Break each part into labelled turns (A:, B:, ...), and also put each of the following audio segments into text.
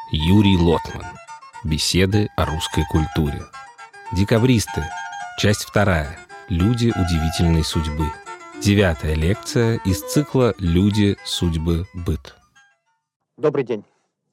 A: Юрий Лотман. Беседы о русской культуре. Декабристы. Часть 2. Люди удивительной судьбы. 9-я лекция из цикла «Люди, судьбы, быт».
B: Добрый день.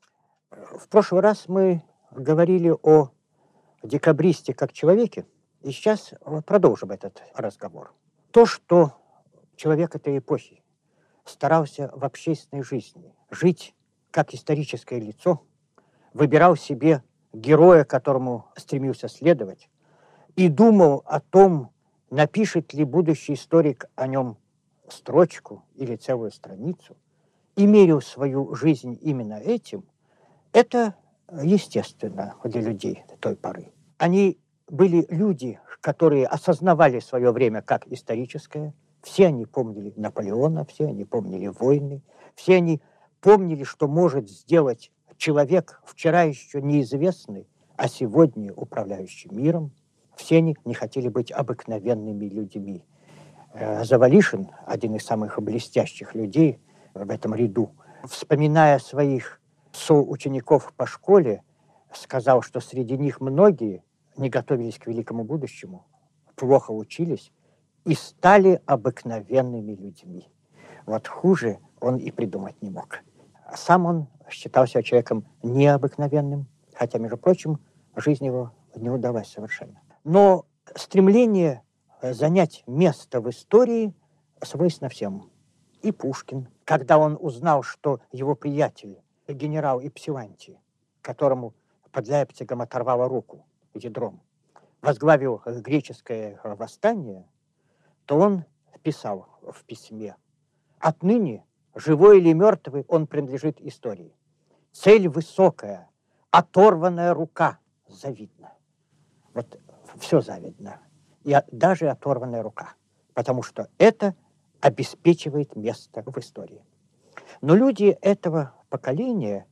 B: В прошлый раз мы говорили о декабристе как человеке, и сейчас продолжим этот разговор. То, что человек этой эпохи старался в общественной жизни жить как историческое лицо, выбирал себе героя, которому стремился следовать, и думал о том, напишет ли будущий историк о нем строчку или целую страницу, и мерил свою жизнь именно этим, это естественно для людей той поры. Они были люди, которые осознавали свое время как историческое. Все они помнили Наполеона, все они помнили войны, все они помнили, что может сделать человек, вчера еще неизвестный, а сегодня управляющий миром. Все они не хотели быть обыкновенными людьми. Завалишин, один из самых блестящих людей в этом ряду, вспоминая своих соучеников по школе, сказал, что среди них многие не готовились к великому будущему, плохо учились и стали обыкновенными людьми. Вот хуже он и придумать не мог. Сам он считал себя человеком необыкновенным, хотя, между прочим, жизнь его не удалась совершенно. Но стремление занять место в истории свойственно всем. И Пушкин, когда он узнал, что его приятель, генерал Ипсилантий, которому под Лейпцигом оторвало руку ядром, возглавил греческое восстание, то он писал в письме: «Отныне, живой или мертвый, он принадлежит истории. Цель высокая, оторванная рука завидна». Вот все завидно. И даже оторванная рука. Потому что это обеспечивает место в истории. Но люди этого поколения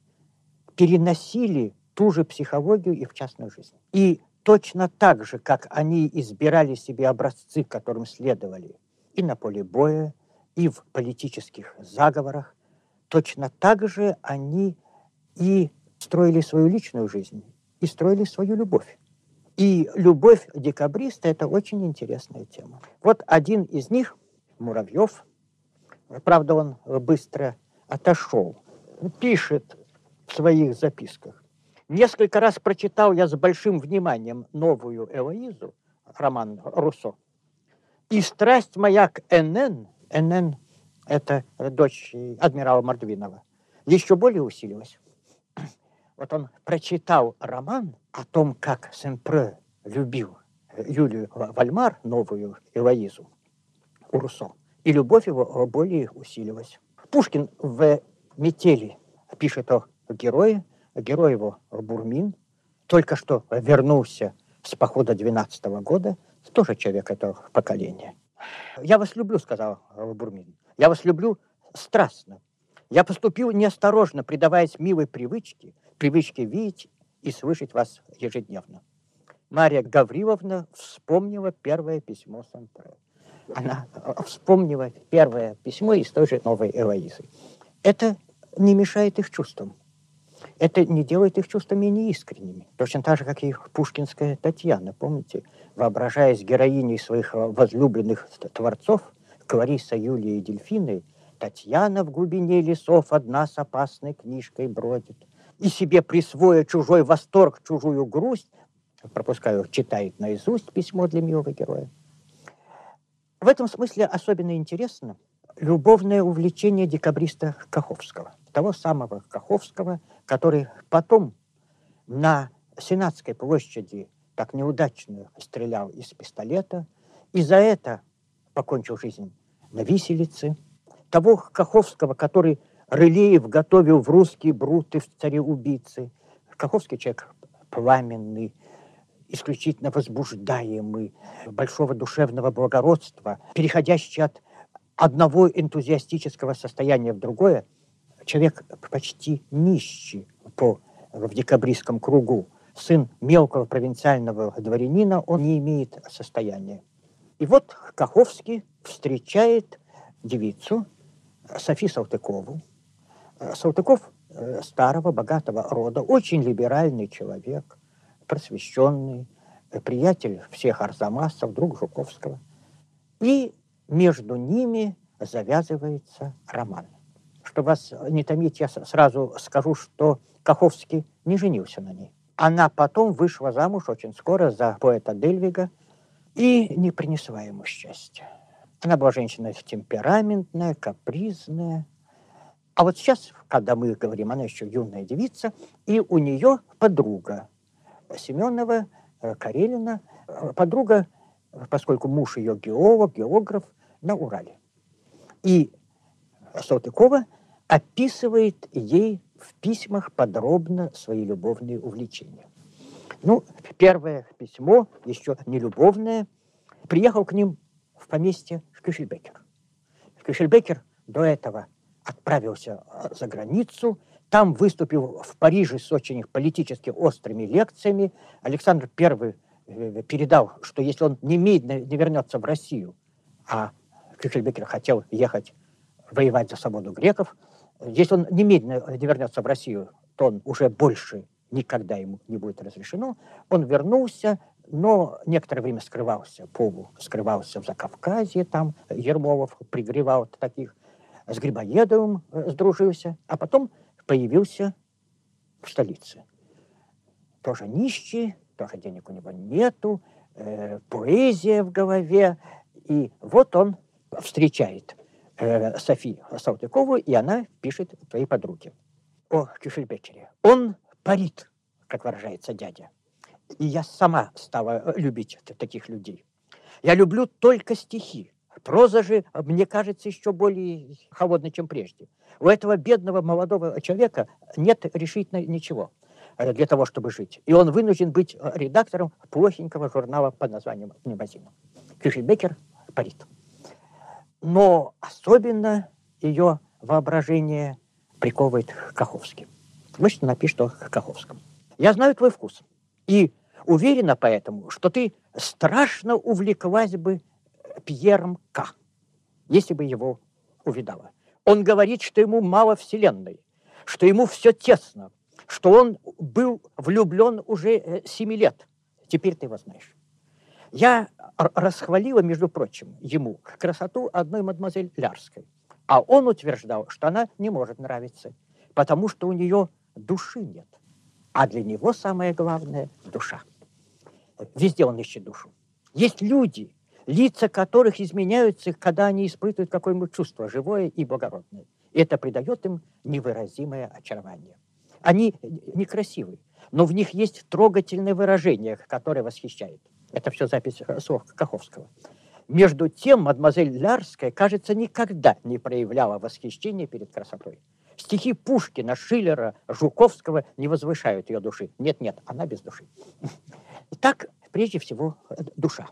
B: переносили ту же психологию и в частную жизнь. И точно так же, как они избирали себе образцы, которым следовали и на поле боя, и в политических заговорах, точно так же они и строили свою личную жизнь, и строили свою любовь. И любовь декабриста – это очень интересная тема. Вот один из них, Муравьев, правда, он быстро отошел, пишет в своих записках: «Несколько раз прочитал я с большим вниманием новую Элоизу, роман Руссо, и страсть моя к НН – это дочь адмирала Мордвинова, еще более усилилась». Вот он прочитал роман о том, как Сен-Прэ любил Юлию Вальмар, новую Элоизу, у Руссо, и любовь его более усилилась. Пушкин в «Метели» пишет о герое, герой его Бурмин, только что вернулся с похода 12-го года, тоже человек этого поколения. «Я вас люблю», — сказал Бурмин, — «я вас люблю страстно. Я поступил неосторожно, предаваясь милой привычке видеть и слышать вас ежедневно». Марья Гавриловна вспомнила первое письмо Сен-Прэ. Она вспомнила первое письмо из той же новой Элоизы. Это не мешает их чувствам. Это не делает их чувства менее искренними. Точно так же, как и пушкинская Татьяна, помните, воображаясь героиней своих возлюбленных творцов, Клариса, Юлия и Дельфины, Татьяна в глубине лесов одна с опасной книжкой бродит, и себе присвоя чужой восторг, чужую грусть, пропускаю, читает наизусть письмо для милого героя. В этом смысле особенно интересно любовное увлечение декабриста Каховского, того самого Каховского, который потом на Сенатской площади так неудачно стрелял из пистолета, и за это покончил жизнь на виселице, того Каховского, который Рылеев готовил в русские бруты, в цареубийцы. Каховский человек пламенный, исключительно возбуждаемый, большого душевного благородства, переходящий от одного энтузиастического состояния в другое, человек почти нищий в декабристском кругу, сын мелкого провинциального дворянина, он не имеет состояния. И вот Каховский встречает девицу Софи Салтыкову. Салтыков старого, богатого рода, очень либеральный человек, просвещенный, приятель всех арзамасов, друг Жуковского. И между ними завязывается роман. Чтобы вас не томить, я сразу скажу, что Каховский не женился на ней. Она потом вышла замуж очень скоро за поэта Дельвига и не принесла ему счастья. Она была женщина темпераментная, капризная. А вот сейчас, когда мы говорим, она еще юная девица, и у нее подруга Семенова, Карелина, подруга, поскольку муж ее геолог, географ, на Урале. И Салтыкова описывает ей в письмах подробно свои любовные увлечения. Ну, первое письмо, еще не любовное, приехал к ним в поместье Кюхельбекер. Кюхельбекер до этого отправился за границу, там выступил в Париже с очень политически острыми лекциями. Александр I передал, что если он немедленно не вернется в Россию, а Кюхельбекер хотел ехать воевать за свободу греков, если он немедленно не вернется в Россию, то он уже больше никогда ему не будет разрешено. Он вернулся, но некоторое время скрывался в Закавказье, там Ермолов пригревал таких, с Грибоедовым сдружился, а потом появился в столице. Тоже нищий, тоже денег у него нету, поэзия в голове. И вот он встречает Софию Салтыкову, и она пишет своей подруге о Кюхельбекере. Он парит, как выражается дядя. И я сама стала любить таких людей. Я люблю только стихи. Проза же, мне кажется, еще более холодной, чем прежде. У этого бедного молодого человека нет решительно ничего для того, чтобы жить. И он вынужден быть редактором плохенького журнала под названием «Небозина». Кюхельбекер парит. Но особенно ее воображение приковывает Каховский. Вот что напишет о Каховском. «Я знаю твой вкус. И уверена поэтому, что ты страшно увлеклась бы Пьером К., если бы его увидала. Он говорит, что ему мало вселенной, что ему все тесно, что он был влюблен уже 7 лет. Теперь ты его знаешь». Я расхвалила, между прочим, ему красоту одной мадемуазель Лярской, а он утверждал, что она не может нравиться, потому что у нее души нет. А для него самое главное – душа. Везде он ищет душу. Есть люди, лица которых изменяются, когда они испытывают какое-нибудь чувство, живое и благородное. И это придает им невыразимое очарование. Они некрасивы, но в них есть трогательное выражение, которое восхищает. Это все запись слов Каховского. Между тем, мадемуазель Лярская, кажется, никогда не проявляла восхищения перед красотой. Стихи Пушкина, Шиллера, Жуковского не возвышают ее души. Нет, она без души. Итак, прежде всего, душа.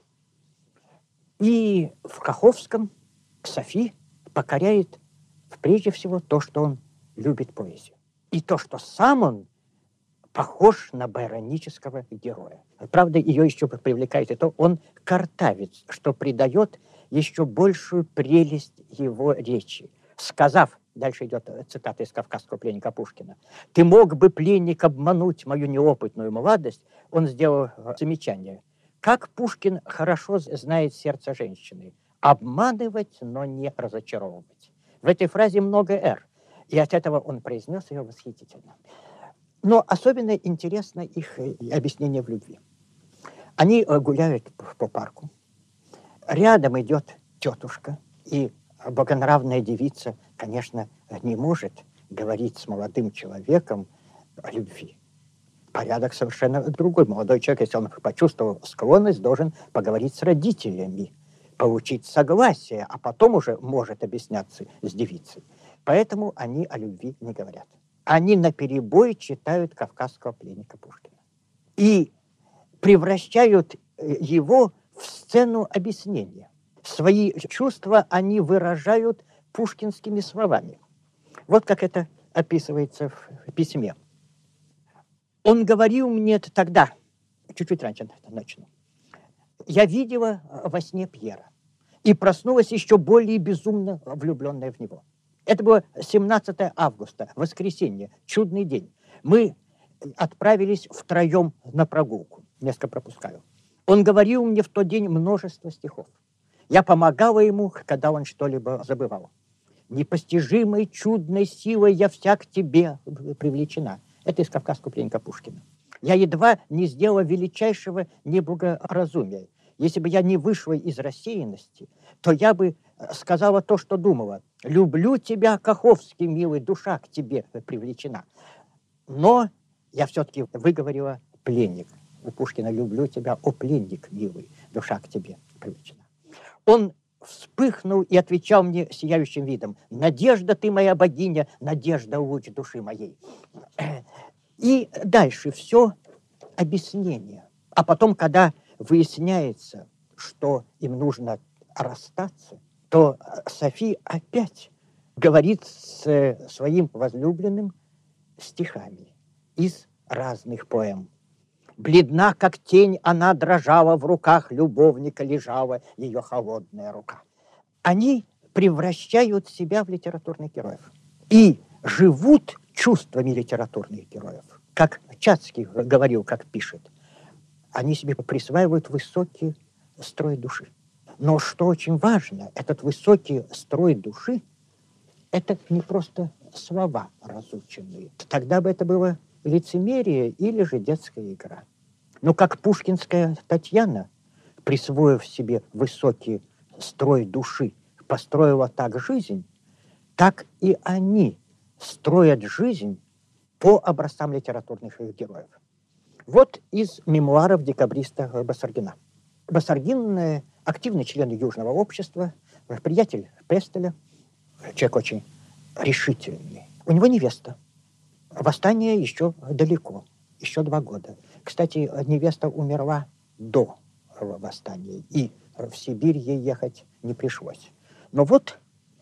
B: И в Каховском Софи покоряет прежде всего то, что он любит поэзию. И то, что сам он похож на байронического героя. Правда, ее еще привлекает и то, он картавец, что придает еще большую прелесть его речи. Сказав, дальше идет цитата из «Кавказского пленника» Пушкина, «Ты мог бы, пленник, обмануть мою неопытную молодость», он сделал замечание. Как Пушкин хорошо знает сердце женщины. Обманывать, но не разочаровывать. В этой фразе много «р», и от этого он произнес ее восхитительно. Но особенно интересно их объяснение в любви. Они гуляют по парку. Рядом идет тетушка, и богонравная девица, конечно, не может говорить с молодым человеком о любви. Порядок совершенно другой. Молодой человек, если он почувствовал склонность, должен поговорить с родителями, получить согласие, а потом уже может объясняться с девицей. Поэтому они о любви не говорят. Они наперебой читают «Кавказского пленника» Пушкина. И превращают его в сцену объяснения. Свои чувства они выражают пушкинскими словами. Вот как это описывается в письме. Он говорил мне тогда, чуть-чуть раньше начну, я видела во сне Пьера и проснулась еще более безумно влюбленная в него. Это было 17 августа, воскресенье, чудный день. Мы отправились втроем на прогулку. Несколько пропускаю. Он говорил мне в тот день множество стихов. Я помогала ему, когда он что-либо забывал. «Непостижимой, чудной силой я вся к тебе привлечена». Это из «Кавказского пленника» Пушкина. Я едва не сделала величайшего неблагоразумия. Если бы я не вышла из рассеянности, то я бы сказала то, что думала. «Люблю тебя, Каховский, милый, душа к тебе привлечена». Но я все-таки выговорила «пленник». У Пушкина «люблю тебя, о пленник, милый, душа к тебе привлечена». Он вспыхнул и отвечал мне сияющим видом: «Надежда ты моя богиня, надежда луч души моей». И дальше все объяснение. А потом, когда выясняется, что им нужно расстаться, то Софи опять говорит с своим возлюбленным стихами из разных поэм. Бледна, как тень, она дрожала, в руках любовника лежала ее холодная рука. Они превращают себя в литературных героев и живут чувствами литературных героев. Как Чацкий говорил, как пишет, они себе присваивают высокий строй души. Но что очень важно, этот высокий строй души – это не просто слова разученные. Тогда бы это было лицемерие или же детская игра. Но как пушкинская Татьяна, присвоив себе высокий строй души, построила так жизнь, так и они строят жизнь по образцам литературных героев. Вот из мемуаров декабриста Басаргина. Басаргин – активный член Южного общества, приятель Пестеля, человек очень решительный. У него невеста. Восстание еще далеко, еще 2 года. Кстати, невеста умерла до восстания, и в Сибирь ей ехать не пришлось. Но вот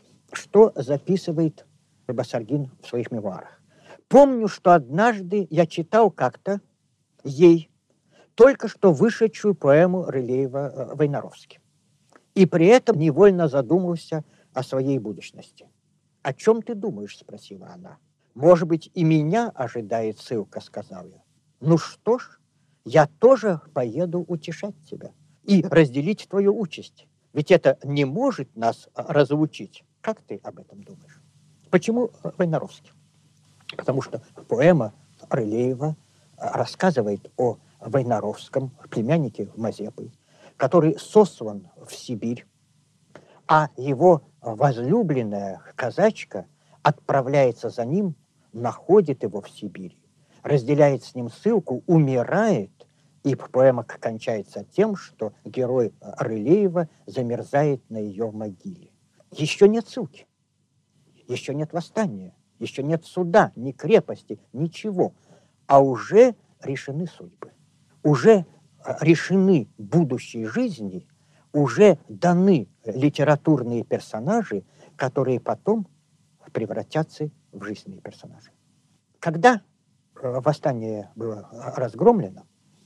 B: что записывает Басаргин в своих мемуарах. «Помню, что однажды я читал как-то ей только что вышедшую поэму Рылеева «Войнаровский». И при этом невольно задумался о своей будущности. «О чем ты думаешь?» – спросила она. «Может быть, и меня ожидает ссылка», – сказал я. «Ну что ж, я тоже поеду утешать тебя и разделить твою участь. Ведь это не может нас разлучить. Как ты об этом думаешь?» Почему Войнаровский? Потому что поэма Рылеева рассказывает о Войнаровском, племяннике Мазепы, который сослан в Сибирь, а его возлюбленная казачка отправляется за ним, находит его в Сибири, разделяет с ним ссылку, умирает, и поэма кончается тем, что герой Рылеева замерзает на ее могиле. Еще нет ссылки, еще нет восстания, еще нет суда, ни крепости, ничего, а уже решены судьбы, уже решены будущие жизни, уже даны литературные персонажи, которые потом превратятся в жизненные персонажи. Когда восстание было разгромлено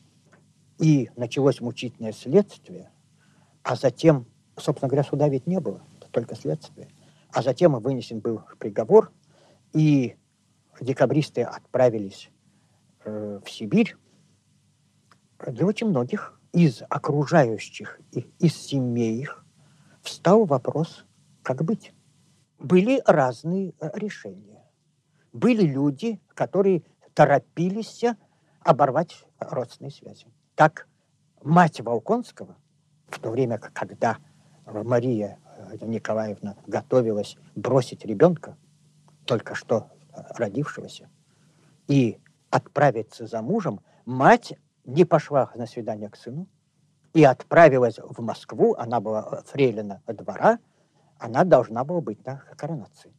B: и началось мучительное следствие, а затем, собственно говоря, суда ведь не было, только следствие, а затем вынесен был приговор, и декабристы отправились в Сибирь, для очень многих из окружающих и из семей их встал вопрос, как быть. Были разные решения. Были люди, которые торопились оборвать родственные связи. Так мать Волконского, в то время, когда Мария Николаевна готовилась бросить ребенка, только что родившегося, и отправиться за мужем, мать не пошла на свидание к сыну и отправилась в Москву. Она была фрейлина двора, она должна была быть на коронации.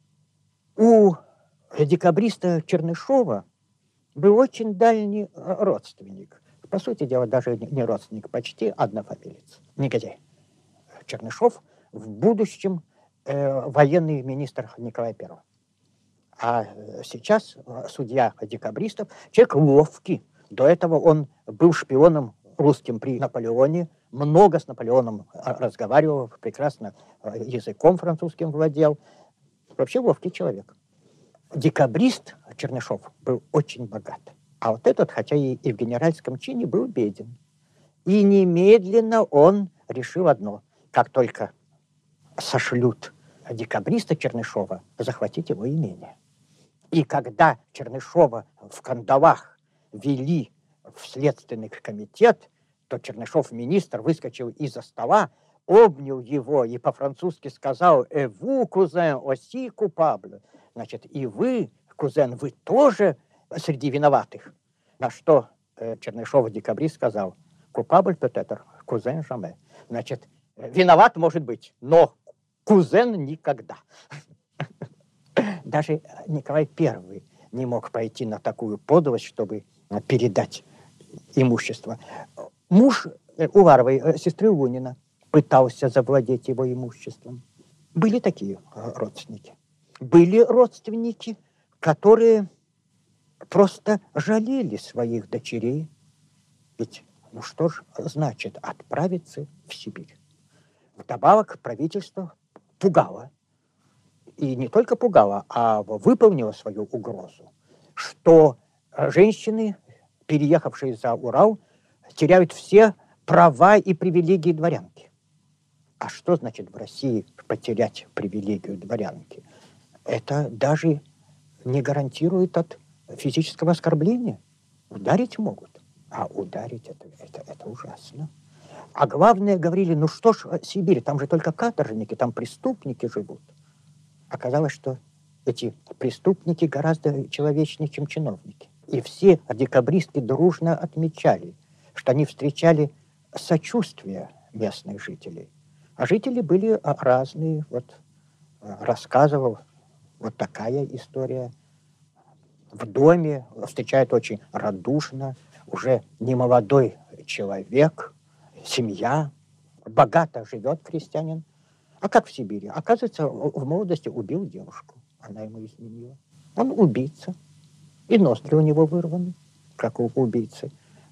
B: У декабриста Чернышова был очень дальний родственник. По сути дела, даже не родственник, почти однофамилец. Негодяй. Чернышов в будущем военный министр Николая I. А сейчас судья декабристов, человек ловкий. До этого он был шпионом русским при Наполеоне, много с Наполеоном разговаривал, прекрасно языком французским владел. Вообще ловкий человек. Декабрист Чернышов был очень богат. А вот этот, хотя и в генеральском чине, был беден. И немедленно он решил одно. Как только сошлют декабриста Чернышова, захватить его имение. И когда Чернышова в кандалах вели в следственный комитет, то Чернышов, министр, выскочил из-за стола, обнял его и по-французски сказал «Vous, cousin, aussi coupable». Значит, и вы, кузен, вы тоже среди виноватых. На что Чернышов, декабрист, сказал «Coupable peut-être, cousin jamais». Значит, виноват может быть, но кузен никогда. Даже Николай I не мог пойти на такую подлость, чтобы передать имущество. Муж Уваровой, сестры Лунина, пытался завладеть его имуществом. Были такие родственники. Были родственники, которые просто жалели своих дочерей. Ведь, ну что ж значит отправиться в Сибирь? Вдобавок правительство пугало. И не только пугало, а выполнило свою угрозу, что женщины, переехавшие за Урал, теряют все права и привилегии дворянки. А что значит в России потерять привилегию дворянки? Это даже не гарантирует от физического оскорбления. Ударить могут, а ударить это ужасно. А главное, говорили, ну что ж, Сибирь, там же только каторжники, там преступники живут. Оказалось, что эти преступники гораздо человечнее, чем чиновники. И все декабристы дружно отмечали, что они встречали сочувствие местных жителей. А жители были разные. Вот рассказывал вот такая история. В доме встречают очень радушно, уже немолодой человек, семья, богато живет крестьянин. А как в Сибири? Оказывается, в молодости убил девушку. Она ему изменила. Он убийца. И ноздри у него вырваны, как у убийцы.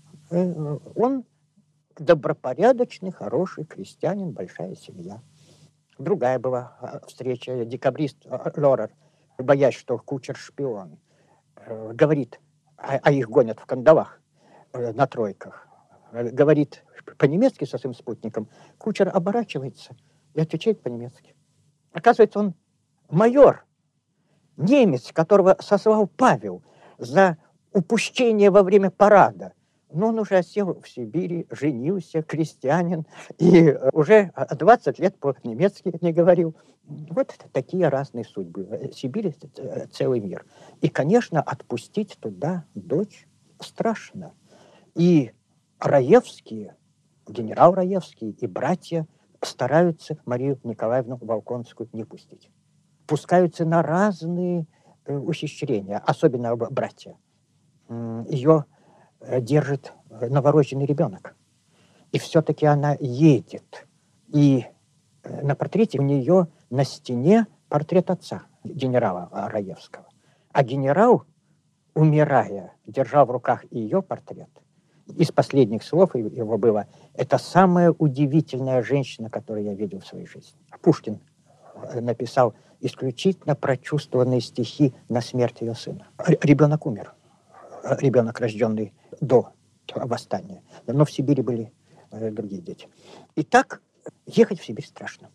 B: Он добропорядочный, хороший крестьянин, большая семья. Другая была встреча. Декабрист Лорер, боясь, что кучер шпион, говорит, а их гонят в кандалах на тройках, говорит по-немецки со своим спутником, кучер оборачивается и отвечает по-немецки. Оказывается, он майор, немец, которого сослал Павел за упущение во время парада. Но он уже осел в Сибири, женился, крестьянин, и уже 20 лет по-немецки не говорил. Вот такие разные судьбы. Сибирь – целый мир. И, конечно, отпустить туда дочь страшно. И Раевские, генерал Раевский и братья стараются Марию Николаевну Волконскую не пустить. Пускаются на разные ухищрения, особенно братья. Ее держит новорожденный ребенок. И все-таки она едет. И на портрете у нее на стене портрет отца, генерала Раевского. А генерал, умирая, держал в руках и ее портрет. Из последних слов его было: «Это самая удивительная женщина, которую я видел в своей жизни». Пушкин написал исключительно прочувствованные стихи на смерть ее сына. Ребенок умер. Ребенок, рожденный до восстания. Но в Сибири были другие дети. Итак, ехать в Сибирь страшно.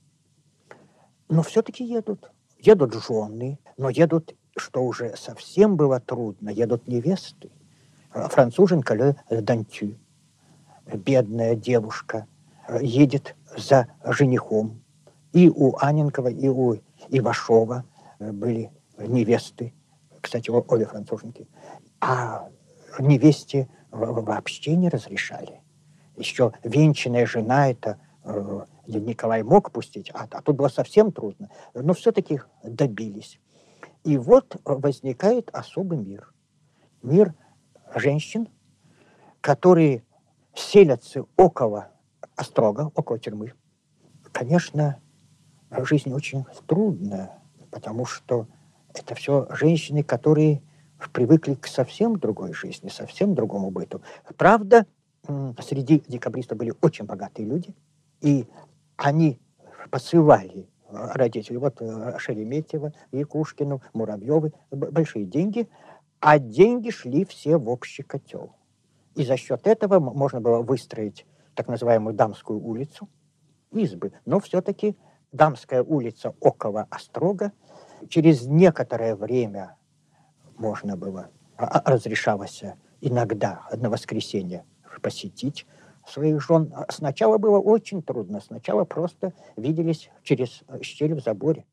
B: Но все-таки едут. Едут жены, но едут, что уже совсем было трудно, едут невесты. Француженка Ле Дантю, бедная девушка, едет за женихом. И у Анненкова, и у Ивашова были невесты, кстати, обе француженки. А невесте вообще не разрешали. Еще венчанная жена, это Николай мог пустить, а тут было совсем трудно. Но все-таки добились. И вот возникает особый мир. Мир женщин, которые селятся около острога, около тюрьмы. Конечно, жизнь очень трудная, потому что это все женщины, которые привыкли к совсем другой жизни, совсем другому быту. Правда, среди декабристов были очень богатые люди, и они посылали родители. Вот Шереметьево, Якушкину, Муравьевы. Большие деньги. А деньги шли все в общий котел. И за счет этого можно было выстроить так называемую Дамскую улицу, избы. Но все-таки Дамская улица около Острога. Через некоторое время можно было, разрешалось иногда на воскресенье посетить своих жен. Сначала было очень трудно. Сначала просто виделись через щель в заборе.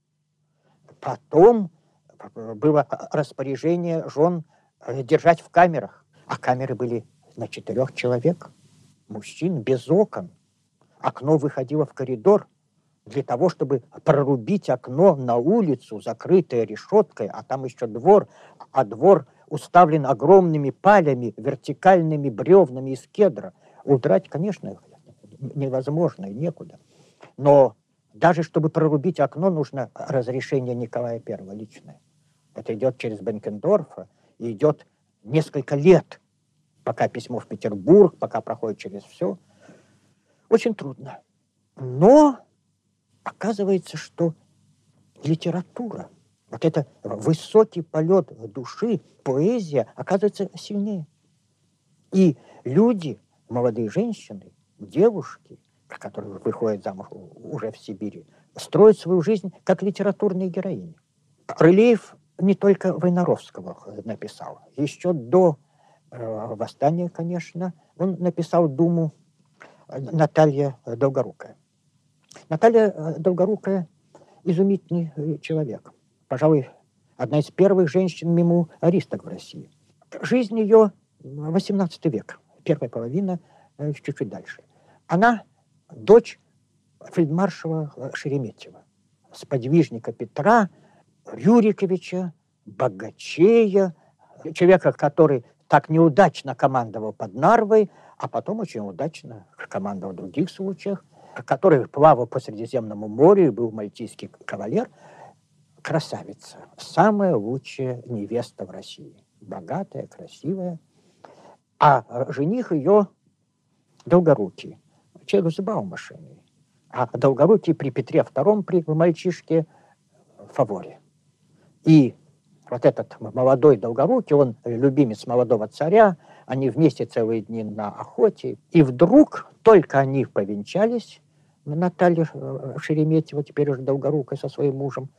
B: Потом было распоряжение жен держать в камерах. А камеры были на 4 человек. Мужчин без окон. Окно выходило в коридор. Для того, чтобы прорубить окно на улицу, закрытое решеткой, а там еще двор, а двор уставлен огромными палями, вертикальными бревнами из кедра. Удрать, конечно, невозможно и некуда. Но даже чтобы прорубить окно, нужно разрешение Николая I личное. Это идет через Бенкендорфа и идет несколько лет, пока письмо в Петербург, пока проходит через все. Очень трудно. Но оказывается, что литература, вот это высокий полет души, поэзия, оказывается сильнее. И люди, молодые женщины, девушки, которые выходят замуж уже в Сибири, строят свою жизнь как литературные героини. Рылеев не только Войнаровского написал. Еще до восстания, конечно, он написал думу Наталья Долгорукая. Наталья Долгорукая – изумительный человек. Пожалуй, одна из первых женщин-мемуаристок в России. Жизнь ее 18 век, первая половина, чуть-чуть дальше. Она дочь фельдмаршала Шереметьева, сподвижника Петра Рюриковича, богачея, человека, который так неудачно командовал под Нарвой, а потом очень удачно командовал в других случаях, который плавал по Средиземному морю и был мальтийский кавалер. Красавица, самая лучшая невеста в России. Богатая, красивая. А жених ее Долгорукий, человек с Баумашиной. А Долгорукий при Петре II, при мальчишке Фаворе. И вот этот молодой Долгорукий, он любимец молодого царя, они вместе целые дни на охоте. И вдруг, только они повенчались, Наталья Шереметьева, теперь уже Долгорукая со своим мужем,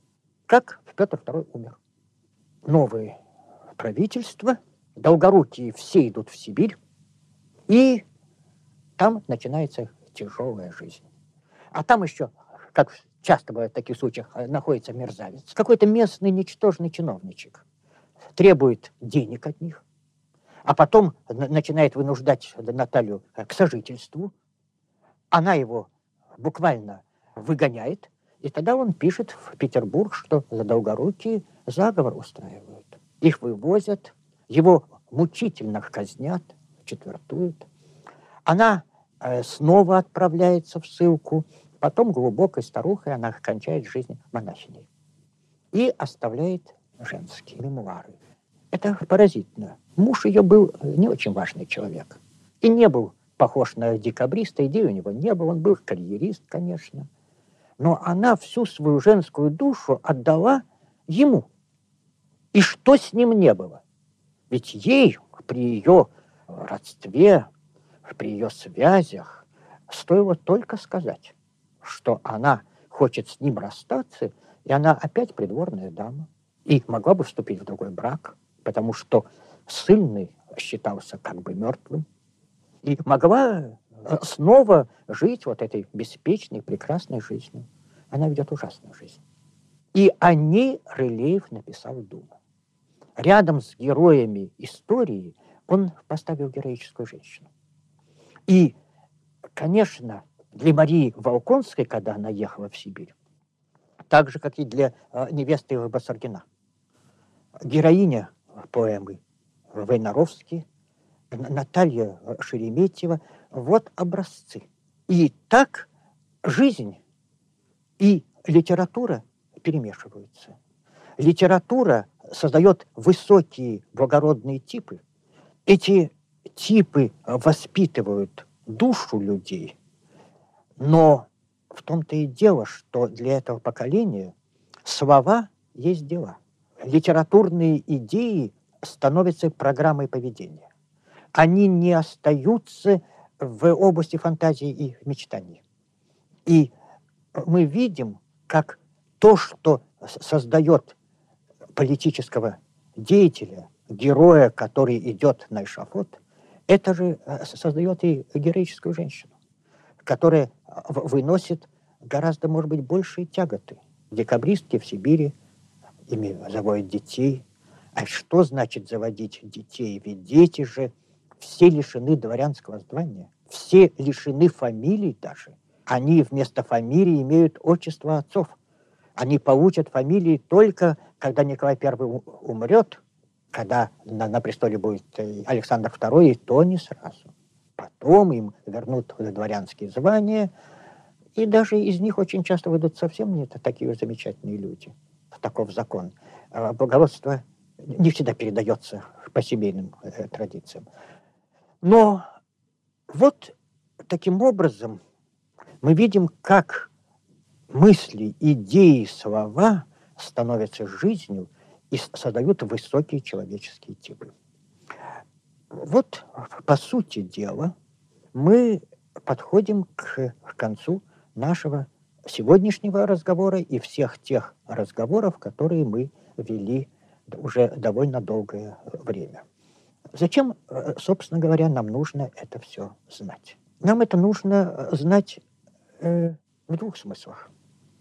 B: как Петр II умер. Новое правительство, Долгорукие все идут в Сибирь, и там начинается тяжелая жизнь. А там еще, как часто бывает в таких случаях, находится мерзавец. Какой-то местный ничтожный чиновничек требует денег от них, а потом начинает вынуждать Наталью к сожительству. Она его буквально выгоняет, и тогда он пишет в Петербург, что за Долгорукие заговор устраивают. Их вывозят, его мучительно казнят, четвертуют. Она снова отправляется в ссылку, потом глубокой старухой она кончает жизнь монахиней. И оставляет женские мемуары. Это поразительно. Муж ее был не очень важный человек. И не был похож на декабриста, идей у него не было, он был карьерист, конечно. Но она всю свою женскую душу отдала ему. И что с ним не было? Ведь ей при ее родстве, при ее связях стоило только сказать, что она хочет с ним расстаться, и она опять придворная дама. И могла бы вступить в другой брак, потому что ссыльный считался как бы мертвым. И могла снова жить вот этой беспечной, прекрасной жизнью. Она ведет ужасную жизнь. И о ней Рылеев написал думу. Рядом с героями истории он поставил героическую женщину. И, конечно, для Марии Волконской, когда она ехала в Сибирь, так же, как и для невесты Басаргина, героиня поэмы Войнаровский, Наталья Шереметьева, вот образцы. И так жизнь и литература перемешиваются. Литература создает высокие благородные типы. Эти типы воспитывают душу людей, но в том-то и дело, что для этого поколения слова есть дела. Литературные идеи становятся программой поведения. Они не остаются в области фантазии и мечтаний. И мы видим, как то, что создает политического деятеля, героя, который идет на эшафот, это же создает и героическую женщину, которая выносит гораздо, может быть, большие тяготы. Декабристки в Сибири, ими заводят детей. А что значит заводить детей? Ведь дети же все лишены дворянского звания, все лишены фамилий даже. Они вместо фамилии имеют отчество отцов. Они получат фамилии только, когда Николай I умрет, когда на престоле будет Александр II, и то не сразу. Потом им вернут дворянские звания, и даже из них очень часто выйдут совсем не такие замечательные люди. Таков закон. Благородство не всегда передается по семейным традициям. Но вот таким образом мы видим, как мысли, идеи, слова становятся жизнью и создают высокие человеческие типы. Вот, по сути дела, мы подходим к концу нашего сегодняшнего разговора и всех тех разговоров, которые мы вели уже довольно долгое время. Зачем, собственно говоря, нам нужно это все знать? Нам это нужно знать в двух смыслах.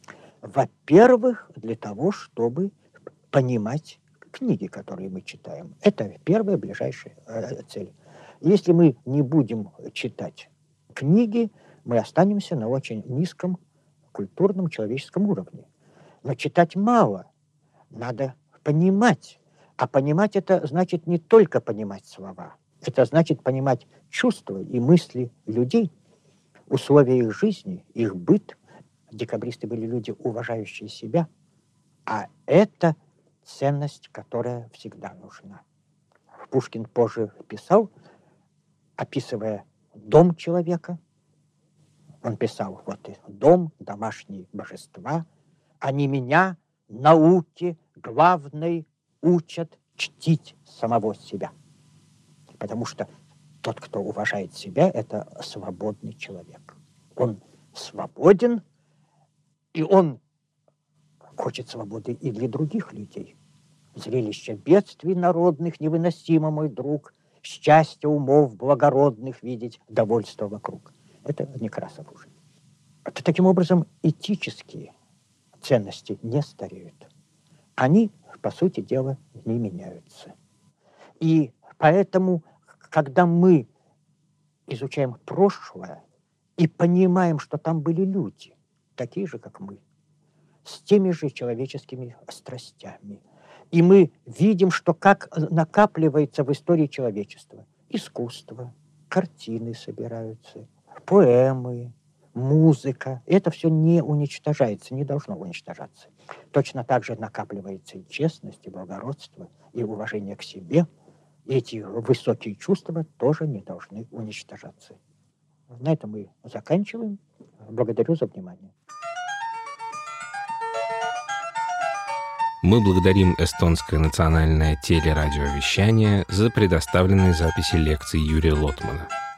B: Во-первых, для того, чтобы понимать книги, которые мы читаем. Это первая, ближайшая цель. Если мы не будем читать книги, мы останемся на очень низком культурном человеческом уровне. Но читать мало, надо понимать. А понимать это значит не только понимать слова, это значит понимать чувства и мысли людей, условия их жизни, их быт. Декабристы были люди, уважающие себя, а это ценность, которая всегда нужна. Пушкин позже писал, описывая дом человека, он писал, вот дом, домашние божества, они меня науке главной учат чтить самого себя. Потому что тот, кто уважает себя, это свободный человек. Он свободен, и он хочет свободы и для других людей. Зрелище бедствий народных невыносимо, мой друг, счастье умов благородных видеть, довольство вокруг. Это Некрасов уже. Таким образом, этические ценности не стареют. Они, по сути дела, не меняются. И поэтому, когда мы изучаем прошлое и понимаем, что там были люди, такие же, как мы, с теми же человеческими страстями, и мы видим, что как накапливается в истории человечества искусство, картины собираются, поэмы, музыка. Это все не уничтожается, не должно уничтожаться. Точно так же накапливается и честность, и благородство, и уважение к себе. Эти высокие чувства тоже не должны уничтожаться. На этом мы заканчиваем. Благодарю за внимание.
A: Мы благодарим Эстонское национальное телерадиовещание за предоставленные записи лекций Юрия Лотмана.